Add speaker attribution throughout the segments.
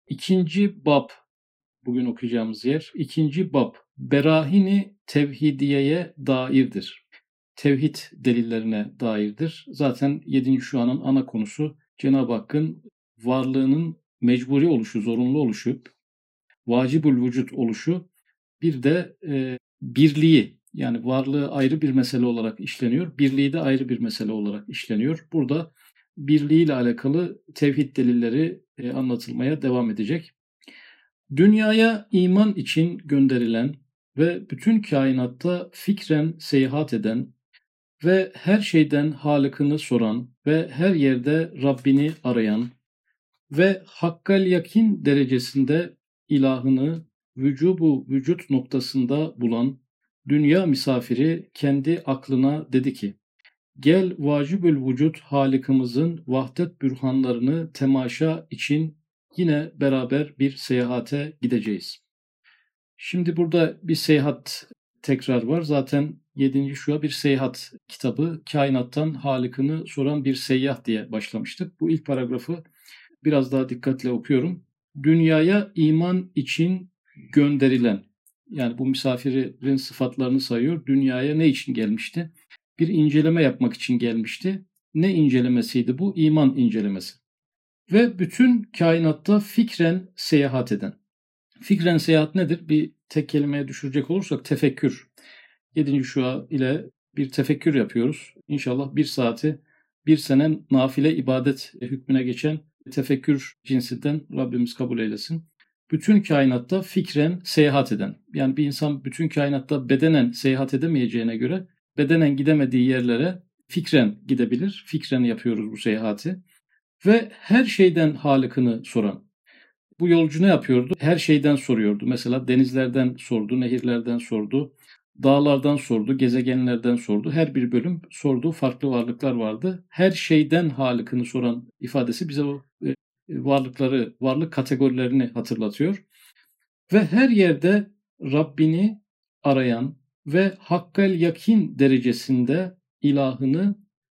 Speaker 1: İkinci bab, bugün okuyacağımız yer. İkinci bab, berahini tevhidiyeye dairdir. Tevhid delillerine dairdir. Zaten 7. şuanın ana konusu Cenab-ı Hakk'ın varlığının mecburi oluşu, zorunlu oluşu, vacibül vücut oluşu, bir de birliği, yani varlığı ayrı bir mesele olarak işleniyor, birliği de ayrı bir mesele olarak işleniyor. Burada birliğiyle alakalı tevhid delilleri anlatılmaya devam edecek. Dünyaya iman için gönderilen ve bütün kainatta fikren seyahat eden ve her şeyden Halık'ını soran ve her yerde Rabbini arayan ve hakkal yakin derecesinde ilahını vücubu vücut noktasında bulan dünya misafiri kendi aklına dedi ki, gel vacibül vücut Halık'ımızın vahdet bürhanlarını temaşa için yine beraber bir seyahate gideceğiz. Şimdi burada bir seyahat tekrar var. Zaten 7. şua bir seyahat kitabı. Kainattan Halık'ını soran bir seyyah diye başlamıştık. Bu ilk paragrafı biraz daha dikkatle okuyorum. Dünyaya iman için gönderilen, yani bu misafirin sıfatlarını sayıyor. Dünyaya ne için gelmişti? Bir inceleme yapmak için gelmişti. Ne incelemesiydi bu? İman incelemesi. Ve bütün kainatta fikren seyahat eden. Fikren seyahat nedir? Bir tek kelimeye düşürecek olursak tefekkür. 7. şua ile bir tefekkür yapıyoruz. İnşallah bir saati bir sene nafile ibadet hükmüne geçen tefekkür cinsinden Rabbimiz kabul eylesin. Bütün kainatta fikren seyahat eden. Yani bir insan bütün kainatta bedenen seyahat edemeyeceğine göre bedenen gidemediği yerlere fikren gidebilir. Fikren yapıyoruz bu seyahati. Ve her şeyden Halık'ını soran. Bu yolcu ne yapıyordu? Her şeyden soruyordu. Mesela denizlerden sordu, nehirlerden sordu, dağlardan sordu, gezegenlerden sordu. Her bir bölüm sorduğu farklı varlıklar vardı. Her şeyden Halık'ını soran ifadesi bize o varlıkları, varlık kategorilerini hatırlatıyor. Ve her yerde Rabbini arayan ve hakkal yakin derecesinde ilahını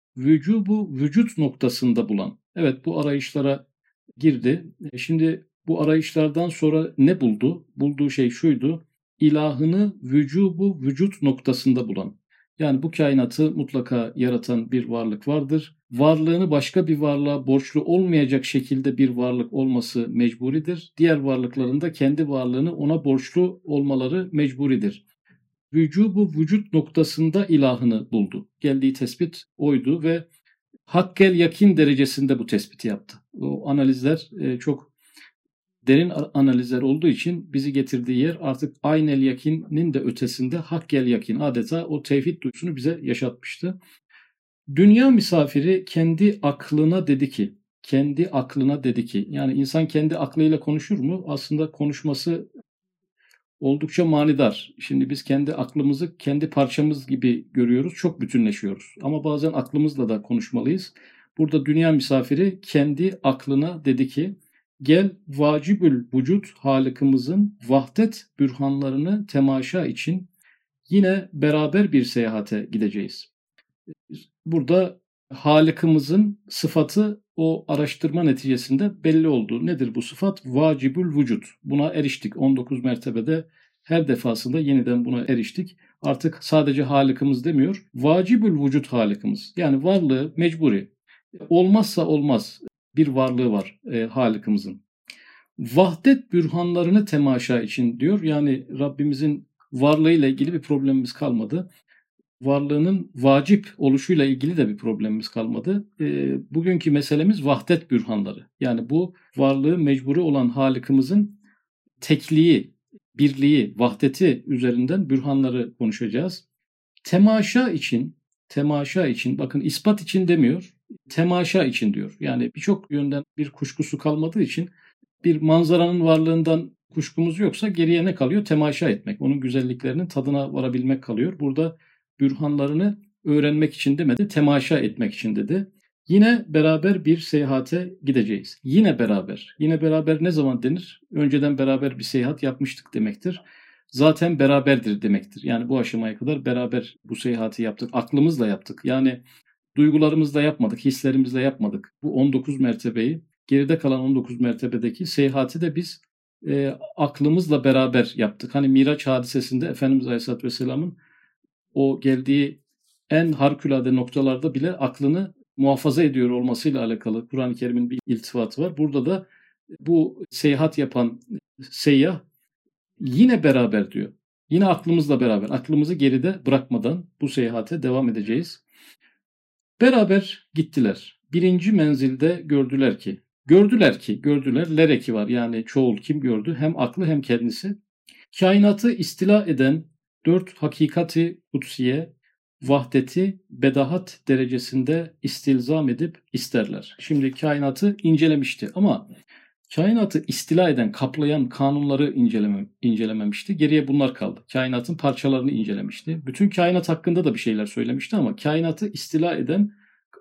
Speaker 1: vücubu vücut noktasında bulan. Evet, bu arayışlara girdi. Şimdi bu arayışlardan sonra ne buldu? Bulduğu şey şuydu: İlahını vücubu vücut noktasında bulan. Yani bu kainatı mutlaka yaratan bir varlık vardır. Varlığını başka bir varlığa borçlu olmayacak şekilde bir varlık olması mecburidir. Diğer varlıkların da kendi varlığını ona borçlu olmaları mecburidir. Vücubu vücut noktasında ilahını buldu. Geldiği tespit oydu ve hakkel yakin derecesinde bu tespiti yaptı. O analizler çok derin analizler olduğu için bizi getirdiği yer artık aynel yakinin de ötesinde hakkel yakin, adeta o tevhid duygusunu bize yaşatmıştı. Dünya misafiri kendi aklına dedi ki, yani insan kendi aklıyla konuşur mu? Aslında konuşması oldukça manidar. Şimdi biz kendi aklımızı kendi parçamız gibi görüyoruz, çok bütünleşiyoruz. Ama bazen aklımızla da konuşmalıyız. Burada dünya misafiri kendi aklına dedi ki, gel vacibül vücut Halık'ımızın vahdet bürhanlarını temaşa için yine beraber bir seyahate gideceğiz. Burada Halık'ımızın sıfatı o araştırma neticesinde belli oldu. Nedir bu sıfat? Vacibül vücut. Buna eriştik. 19 mertebede her defasında yeniden buna eriştik. Artık sadece Halık'ımız demiyor. Vacibül vücut Halık'ımız. Yani varlığı mecburi. Olmazsa olmaz bir varlığı var Halık'ımızın. Vahdet bürhanlarını temaşa için diyor. Yani Rabbimizin varlığıyla ilgili bir problemimiz kalmadı. Varlığının vacip oluşuyla ilgili de bir problemimiz kalmadı. Bugünkü meselemiz vahdet bürhanları. Yani bu varlığı mecburi olan Halık'ımızın tekliği, birliği, vahdeti üzerinden bürhanları konuşacağız. Temaşa için, bakın ispat için demiyor, temaşa için diyor. Yani birçok yönden bir kuşkusu kalmadığı için bir manzaranın varlığından kuşkumuz yoksa geriye ne kalıyor? Temaşa etmek, onun güzelliklerinin tadına varabilmek kalıyor. Burada bürhanlarını öğrenmek için demedi, temaşa etmek için dedi. Yine beraber bir seyahate gideceğiz. Yine beraber. Yine beraber ne zaman denir? Önceden beraber bir seyahat yapmıştık demektir. Zaten beraberdir demektir. Yani bu aşamaya kadar beraber bu seyahati yaptık. Aklımızla yaptık. Yani duygularımızla yapmadık, hislerimizle yapmadık. Bu 19 mertebeyi geride kalan 19 mertebedeki seyahati de biz aklımızla beraber yaptık. Hani Miraç hadisesinde Efendimiz Aleyhisselatü Vesselam'ın o geldiği en harikulade noktalarda bile aklını muhafaza ediyor olmasıyla alakalı Kur'an-ı Kerim'in bir iltifatı var. Burada da bu seyahat yapan seyyah yine beraber diyor. Yine aklımızla beraber, aklımızı geride bırakmadan bu seyahate devam edeceğiz. Beraber gittiler. Birinci menzilde gördüler, lereki var yani çoğul kim gördü? Hem aklı hem kendisi. Kainatı istila eden 4 hakikati kutsiye, vahdeti, bedahat derecesinde istilzam edip isterler. Şimdi kainatı incelemişti ama kainatı istila eden, kaplayan kanunları incelememişti. Geriye bunlar kaldı. Kainatın parçalarını incelemişti. Bütün kainat hakkında da bir şeyler söylemişti ama kainatı istila eden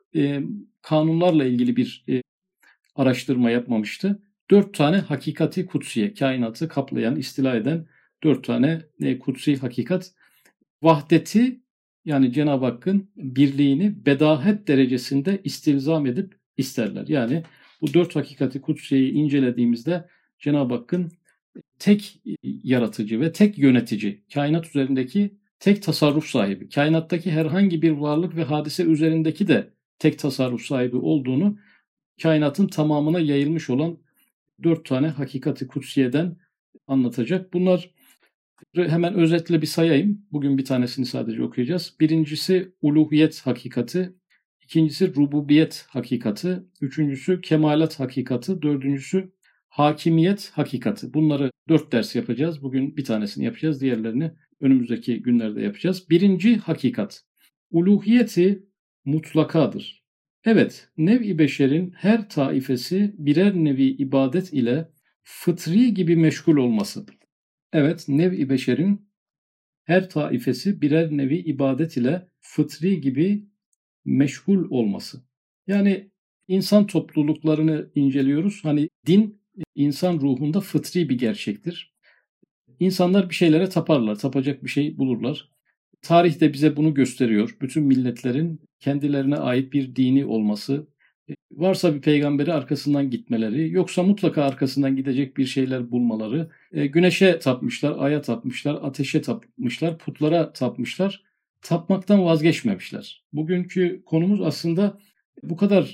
Speaker 1: kanunlarla ilgili bir araştırma yapmamıştı. 4 tane hakikati kutsiye, kainatı kaplayan, istila eden 4 tane kutsi hakikat. Vahdeti yani Cenab-ı Hakk'ın birliğini bedahet derecesinde istilzam edip isterler. Yani bu 4 hakikati kutsiyeyi incelediğimizde Cenab-ı Hakk'ın tek yaratıcı ve tek yönetici, kainat üzerindeki tek tasarruf sahibi, kainattaki herhangi bir varlık ve hadise üzerindeki de tek tasarruf sahibi olduğunu, kainatın tamamına yayılmış olan 4 tane hakikati kutsiyeden anlatacak. Bunlar hemen özetle bir sayayım. Bugün bir tanesini sadece okuyacağız. Birincisi uluhiyet hakikati, ikincisi rububiyet hakikati, üçüncüsü kemalat hakikati, dördüncüsü hakimiyet hakikati. Bunları 4 ders yapacağız. Bugün bir tanesini yapacağız. Diğerlerini önümüzdeki günlerde yapacağız. Birinci hakikat. Uluhiyeti mutlakadır. Evet, nev-i beşerin her taifesi birer nevi ibadet ile fıtri gibi meşgul olması. Evet, nev-i beşerin her taifesi birer nevi ibadet ile fıtri gibi meşgul olması. Yani insan topluluklarını inceliyoruz. Hani din insan ruhunda fıtri bir gerçektir. İnsanlar bir şeylere taparlar, tapacak bir şey bulurlar. Tarih de bize bunu gösteriyor. Bütün milletlerin kendilerine ait bir dini olması, varsa bir peygamberi arkasından gitmeleri, yoksa mutlaka arkasından gidecek bir şeyler bulmaları. Güneşe tapmışlar, aya tapmışlar, ateşe tapmışlar, putlara tapmışlar. Tapmaktan vazgeçmemişler. Bugünkü konumuz aslında bu kadar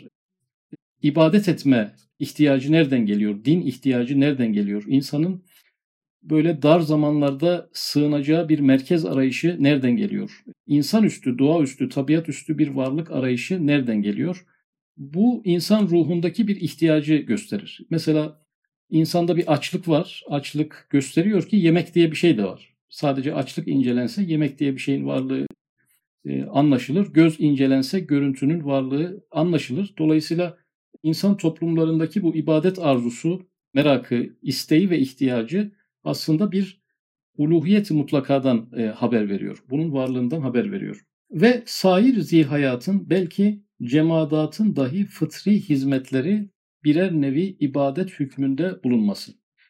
Speaker 1: ibadet etme ihtiyacı nereden geliyor? Din ihtiyacı nereden geliyor? İnsanın böyle dar zamanlarda sığınacağı bir merkez arayışı nereden geliyor? İnsanüstü, doğaüstü, tabiatüstü bir varlık arayışı nereden geliyor? Bu insan ruhundaki bir ihtiyacı gösterir. Mesela insanda bir açlık var. Açlık gösteriyor ki yemek diye bir şey de var. Sadece açlık incelense yemek diye bir şeyin varlığı anlaşılır. Göz incelense görüntünün varlığı anlaşılır. Dolayısıyla insan toplumlarındaki bu ibadet arzusu, merakı, isteği ve ihtiyacı aslında bir uluhiyet-i mutlakadan haber veriyor. Bunun varlığından haber veriyor. Ve sair zihayatın belki cemadatın dahi fıtri hizmetleri birer nevi ibadet hükmünde bulunması.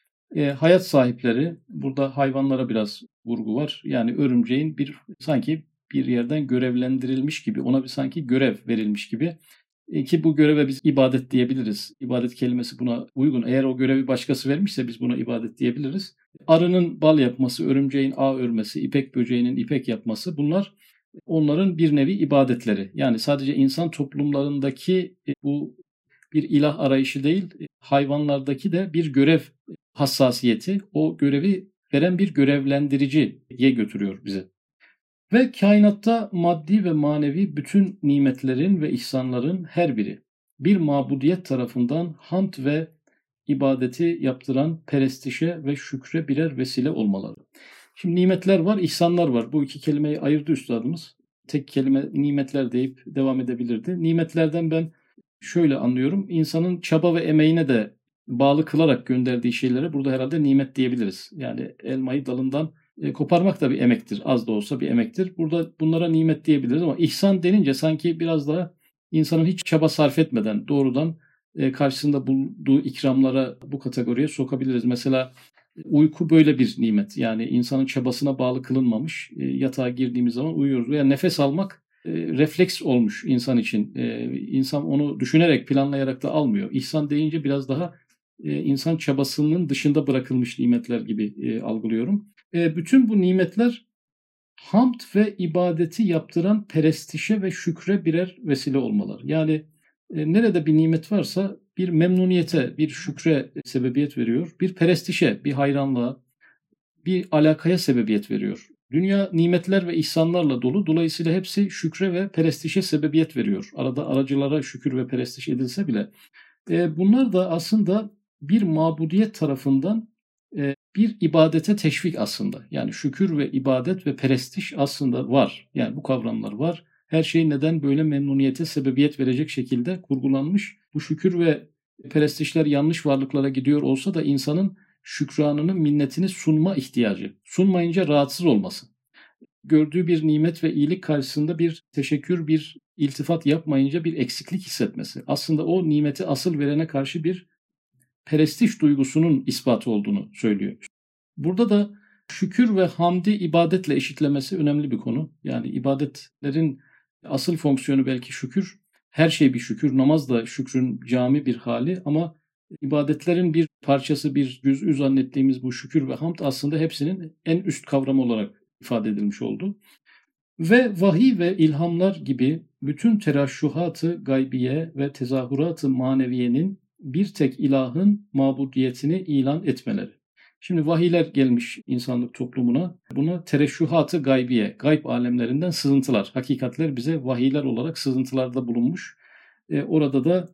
Speaker 1: Hayat sahipleri, burada hayvanlara biraz vurgu var. Yani örümceğin sanki bir yerden görevlendirilmiş gibi, ona bir sanki görev verilmiş gibi. Ki bu göreve biz ibadet diyebiliriz. İbadet kelimesi buna uygun. Eğer o görevi başkası vermişse biz buna ibadet diyebiliriz. Arının bal yapması, örümceğin ağ örmesi, ipek böceğinin ipek yapması, bunlar onların bir nevi ibadetleri. Yani sadece insan toplumlarındaki bu bir ilah arayışı değil, hayvanlardaki de bir görev hassasiyeti, o görevi veren bir görevlendiriciye götürüyor bizi. Ve kainatta maddi ve manevi bütün nimetlerin ve ihsanların her biri bir mabudiyet tarafından hamd ve ibadeti yaptıran perestişe ve şükre birer vesile olmaları. Şimdi nimetler var, ihsanlar var. Bu iki kelimeyi ayırdı üstadımız. Tek kelime nimetler deyip devam edebilirdi. Nimetlerden ben şöyle anlıyorum. İnsanın çaba ve emeğine de bağlı kılarak gönderdiği şeylere burada herhalde nimet diyebiliriz. Yani elmayı dalından koparmak da bir emektir. Az da olsa bir emektir. Burada bunlara nimet diyebiliriz ama ihsan denince sanki biraz daha insanın hiç çaba sarf etmeden doğrudan karşısında bulduğu ikramlara bu kategoriye sokabiliriz. Mesela uyku böyle bir nimet. Yani insanın çabasına bağlı kılınmamış. Yatağa girdiğimiz zaman uyuyoruz. Veya nefes almak refleks olmuş insan için. İnsan onu düşünerek, planlayarak da almıyor. İhsan deyince biraz daha insan çabasının dışında bırakılmış nimetler gibi algılıyorum. Bütün bu nimetler hamd ve ibadeti yaptıran perestişe ve şükre birer vesile olmalar. Yani nerede bir nimet varsa bir memnuniyete, bir şükre sebebiyet veriyor. Bir perestişe, bir hayranlığa, bir alakaya sebebiyet veriyor. Dünya nimetler ve ihsanlarla dolu. Dolayısıyla hepsi şükre ve perestişe sebebiyet veriyor. Arada aracılara şükür ve perestiş edilse bile. Bunlar da aslında bir mabudiyet tarafından bir ibadete teşvik aslında. Yani şükür ve ibadet ve perestiş aslında var. Yani bu kavramlar var. Her şey neden böyle memnuniyete sebebiyet verecek şekilde kurgulanmış. Bu şükür ve perestişler yanlış varlıklara gidiyor olsa da insanın şükranını, minnetini sunma ihtiyacı. Sunmayınca rahatsız olması. Gördüğü bir nimet ve iyilik karşısında bir teşekkür, bir iltifat yapmayınca bir eksiklik hissetmesi. Aslında o nimeti asıl verene karşı bir perestiş duygusunun ispatı olduğunu söylüyor. Burada da şükür ve hamdi ibadetle eşitlemesi önemli bir konu. Yani ibadetlerin asıl fonksiyonu belki şükür. Her şey bir şükür. Namaz da şükrün cami bir hali ama ibadetlerin bir parçası, bir cüz'ü zannettiğimiz bu şükür ve hamd aslında hepsinin en üst kavramı olarak ifade edilmiş oldu. Ve vahiy ve ilhamlar gibi bütün teraşşuhat-ı gaybiye ve tezahürat-ı maneviyenin bir tek ilahın mabudiyetini ilan etmeleri. Şimdi vahiyler gelmiş insanlık toplumuna. Buna tereşşuhat-ı gaybiye, gayb alemlerinden sızıntılar, hakikatler bize vahiyler olarak sızıntılarda bulunmuş. Orada da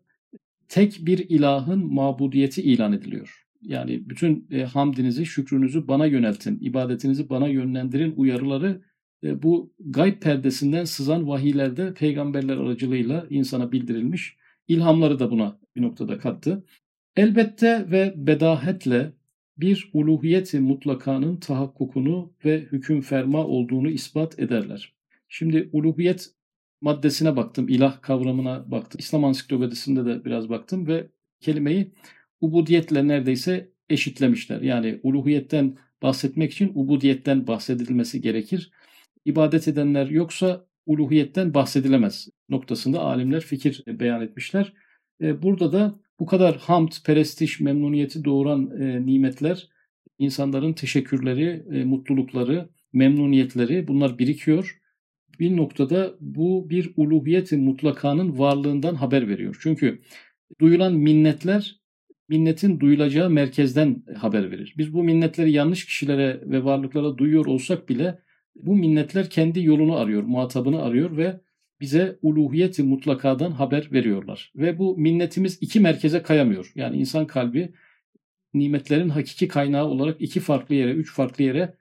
Speaker 1: tek bir ilahın mabudiyeti ilan ediliyor. Yani bütün hamdinizi, şükrünüzü bana yöneltin, ibadetinizi bana yönlendirin uyarıları bu gayb perdesinden sızan vahiylerde peygamberler aracılığıyla insana bildirilmiş. İlhamları da buna bir noktada kattı. Elbette ve bedahetle bir uluhiyeti mutlakanın tahakkukunu ve hüküm ferma olduğunu ispat ederler. Şimdi uluhiyet maddesine baktım, ilah kavramına baktım. İslam Ansiklopedisi'nde de biraz baktım ve kelimeyi ubudiyetle neredeyse eşitlemişler. Yani uluhiyetten bahsetmek için ubudiyetten bahsedilmesi gerekir. İbadet edenler yoksa uluhiyetten bahsedilemez noktasında alimler fikir beyan etmişler. Burada da bu kadar hamd, perestiş, memnuniyeti doğuran nimetler, insanların teşekkürleri, mutlulukları, memnuniyetleri bunlar birikiyor. Bir noktada bu bir uluhiyet-i mutlakanın varlığından haber veriyor. Çünkü duyulan minnetler minnetin duyulacağı merkezden haber verir. Biz bu minnetleri yanlış kişilere ve varlıklara duyuyor olsak bile bu minnetler kendi yolunu arıyor, muhatabını arıyor ve bize uluhiyet-i mutlakadan haber veriyorlar. Ve bu minnetimiz iki merkeze kayamıyor. Yani insan kalbi nimetlerin hakiki kaynağı olarak iki farklı yere, üç farklı yere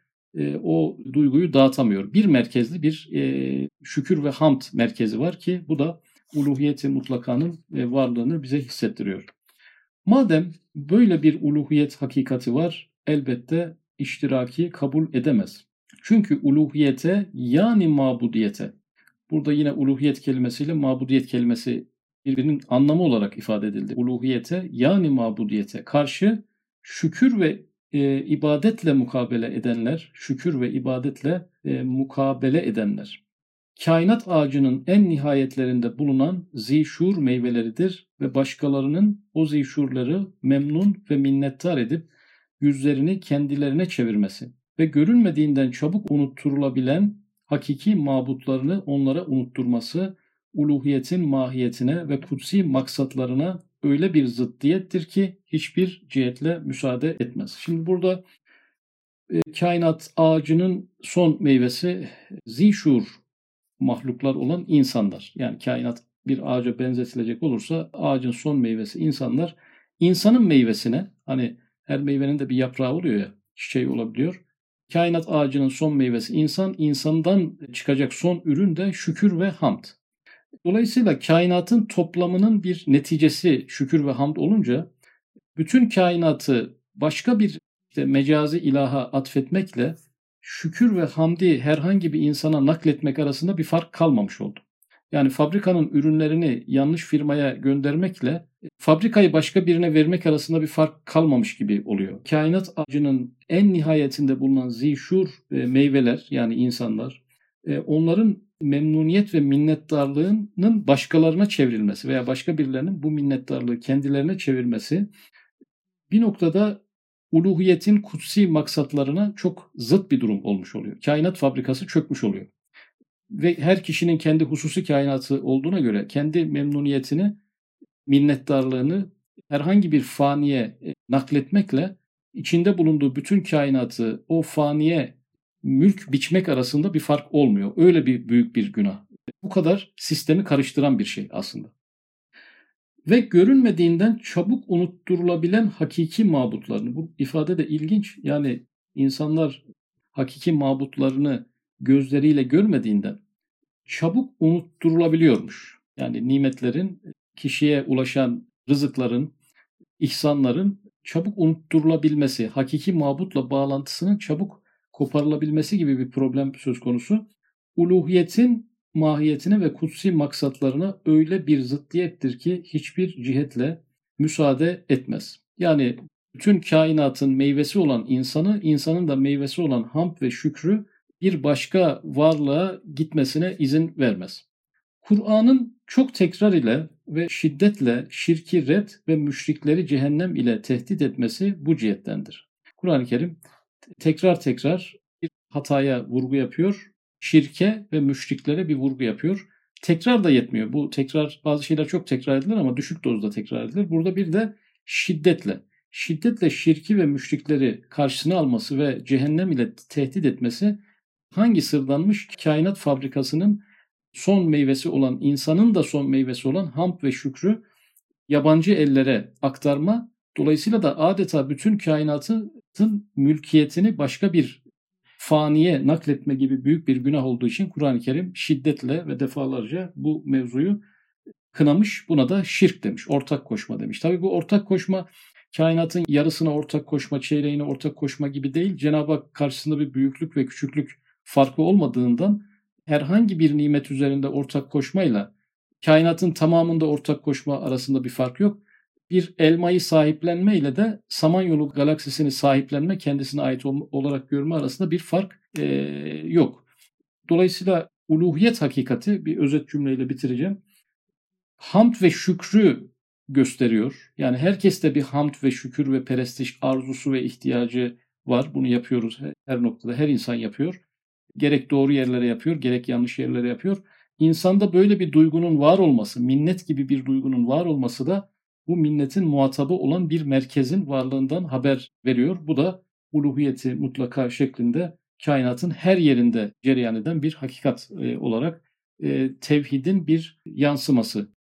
Speaker 1: o duyguyu dağıtamıyor. Bir merkezli bir şükür ve hamd merkezi var ki bu da uluhiyet-i mutlakanın varlığını bize hissettiriyor. Madem böyle bir uluhiyet hakikati var, elbette iştiraki kabul edemez. Çünkü uluhiyete yani mabudiyete, burada yine uluhiyet kelimesiyle mabudiyet kelimesi birbirinin anlamı olarak ifade edildi. Uluhiyete yani mabudiyete karşı şükür ve ibadetle mukabele edenler, şükür ve ibadetle mukabele edenler. Kainat ağacının en nihayetlerinde bulunan zişur meyveleridir ve başkalarının o zişurları memnun ve minnettar edip yüzlerini kendilerine çevirmesi ve görünmediğinden çabuk unutturulabilen hakiki mabutlarını onlara unutturması uluhiyetin mahiyetine ve kutsi maksatlarına öyle bir zıddiyettir ki hiçbir cihetle müsaade etmez. Şimdi burada kainat ağacının son meyvesi zişur mahluklar olan insanlar. Yani kainat bir ağaca benzetilecek olursa ağacın son meyvesi insanlar. İnsanın meyvesine, hani her meyvenin de bir yaprağı oluyor ya, çiçeği olabiliyor. Kainat ağacının son meyvesi insan, insandan çıkacak son ürün de şükür ve hamd. Dolayısıyla kainatın toplamının bir neticesi şükür ve hamd olunca bütün kainatı başka bir mecazi ilaha atfetmekle şükür ve hamdi herhangi bir insana nakletmek arasında bir fark kalmamış oldu. Yani fabrikanın ürünlerini yanlış firmaya göndermekle fabrikayı başka birine vermek arasında bir fark kalmamış gibi oluyor. Kainat ağacının en nihayetinde bulunan zişur meyveler yani insanlar onların memnuniyet ve minnettarlığının başkalarına çevrilmesi veya başka birilerinin bu minnettarlığı kendilerine çevirmesi bir noktada uluhiyetin kutsi maksatlarına çok zıt bir durum olmuş oluyor. Kainat fabrikası çökmüş oluyor. Ve her kişinin kendi hususi kainatı olduğuna göre kendi memnuniyetini, minnettarlığını herhangi bir faniye nakletmekle içinde bulunduğu bütün kainatı o faniye mülk biçmek arasında bir fark olmuyor. Öyle bir büyük bir günah. Bu kadar sistemi karıştıran bir şey aslında. Ve görünmediğinden çabuk unutturulabilen hakiki mabutlarını, bu ifade de ilginç. Yani insanlar hakiki mabutlarını gözleriyle görmediğinden çabuk unutturulabiliyormuş. Yani nimetlerin, kişiye ulaşan rızıkların, ihsanların çabuk unutturulabilmesi, hakiki mabutla bağlantısının çabuk koparılabilmesi gibi bir problem söz konusu. Uluhiyetin mahiyetine ve kutsi maksatlarına öyle bir zıddiyettir ki hiçbir cihetle müsaade etmez. Yani bütün kainatın meyvesi olan insanı, insanın da meyvesi olan hamd ve şükrü bir başka varlığa gitmesine izin vermez. Kur'an'ın çok tekrar ile ve şiddetle şirki red ve müşrikleri cehennem ile tehdit etmesi bu cihettendir. Kur'an-ı Kerim tekrar tekrar bir hataya vurgu yapıyor, şirke ve müşriklere bir vurgu yapıyor. Tekrar da yetmiyor. Bu tekrar, bazı şeyler çok tekrar edilir ama düşük dozda tekrar edilir. Burada bir de şiddetle şirki ve müşrikleri karşısına alması ve cehennem ile tehdit etmesi hangi sırdanmış kainat fabrikasının son meyvesi olan, insanın da son meyvesi olan hamd ve şükrü yabancı ellere aktarma, dolayısıyla da adeta bütün kainatın mülkiyetini başka bir faniye nakletme gibi büyük bir günah olduğu için Kur'an-ı Kerim şiddetle ve defalarca bu mevzuyu kınamış, buna da şirk demiş, ortak koşma demiş. Tabii bu ortak koşma kainatın yarısına ortak koşma, çeyreğine ortak koşma gibi değil. Cenab-ı Hak karşısında bir büyüklük ve küçüklük farkı olmadığından herhangi bir nimet üzerinde ortak koşmayla kainatın tamamında ortak koşma arasında bir fark yok. Bir elmayı sahiplenme ile de Samanyolu galaksisini sahiplenme, kendisine ait olarak görme arasında bir fark yok. Dolayısıyla uluhiyet hakikati, bir özet cümleyle bitireceğim, hamd ve şükrü gösteriyor. Yani herkeste bir hamd ve şükür ve perestiş arzusu ve ihtiyacı var. Bunu yapıyoruz her noktada. Her insan yapıyor. Gerek doğru yerlere yapıyor, gerek yanlış yerlere yapıyor. İnsanda böyle bir duygunun var olması, minnet gibi bir duygunun var olması da bu minnetin muhatabı olan bir merkezin varlığından haber veriyor. Bu da uluhiyeti mutlaka şeklinde kainatın her yerinde cereyan eden bir hakikat olarak tevhidin bir yansıması.